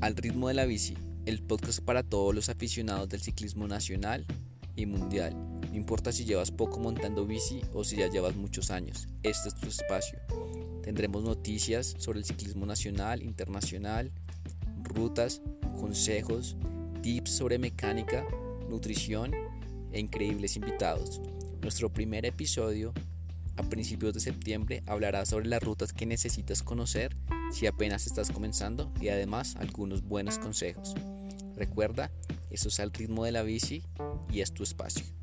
Al ritmo de la bici, el podcast para todos los aficionados del ciclismo nacional y mundial. No importa si llevas poco montando bici o si ya llevas muchos años, este es tu espacio. Tendremos noticias sobre el ciclismo nacional, internacional, rutas, consejos, tips sobre mecánica, nutrición e increíbles invitados. Nuestro primer episodio a principios de septiembre hablará sobre las rutas que necesitas conocer si apenas estás comenzando y además algunos buenos consejos. Recuerda, esto es Al ritmo de la bici y es tu espacio.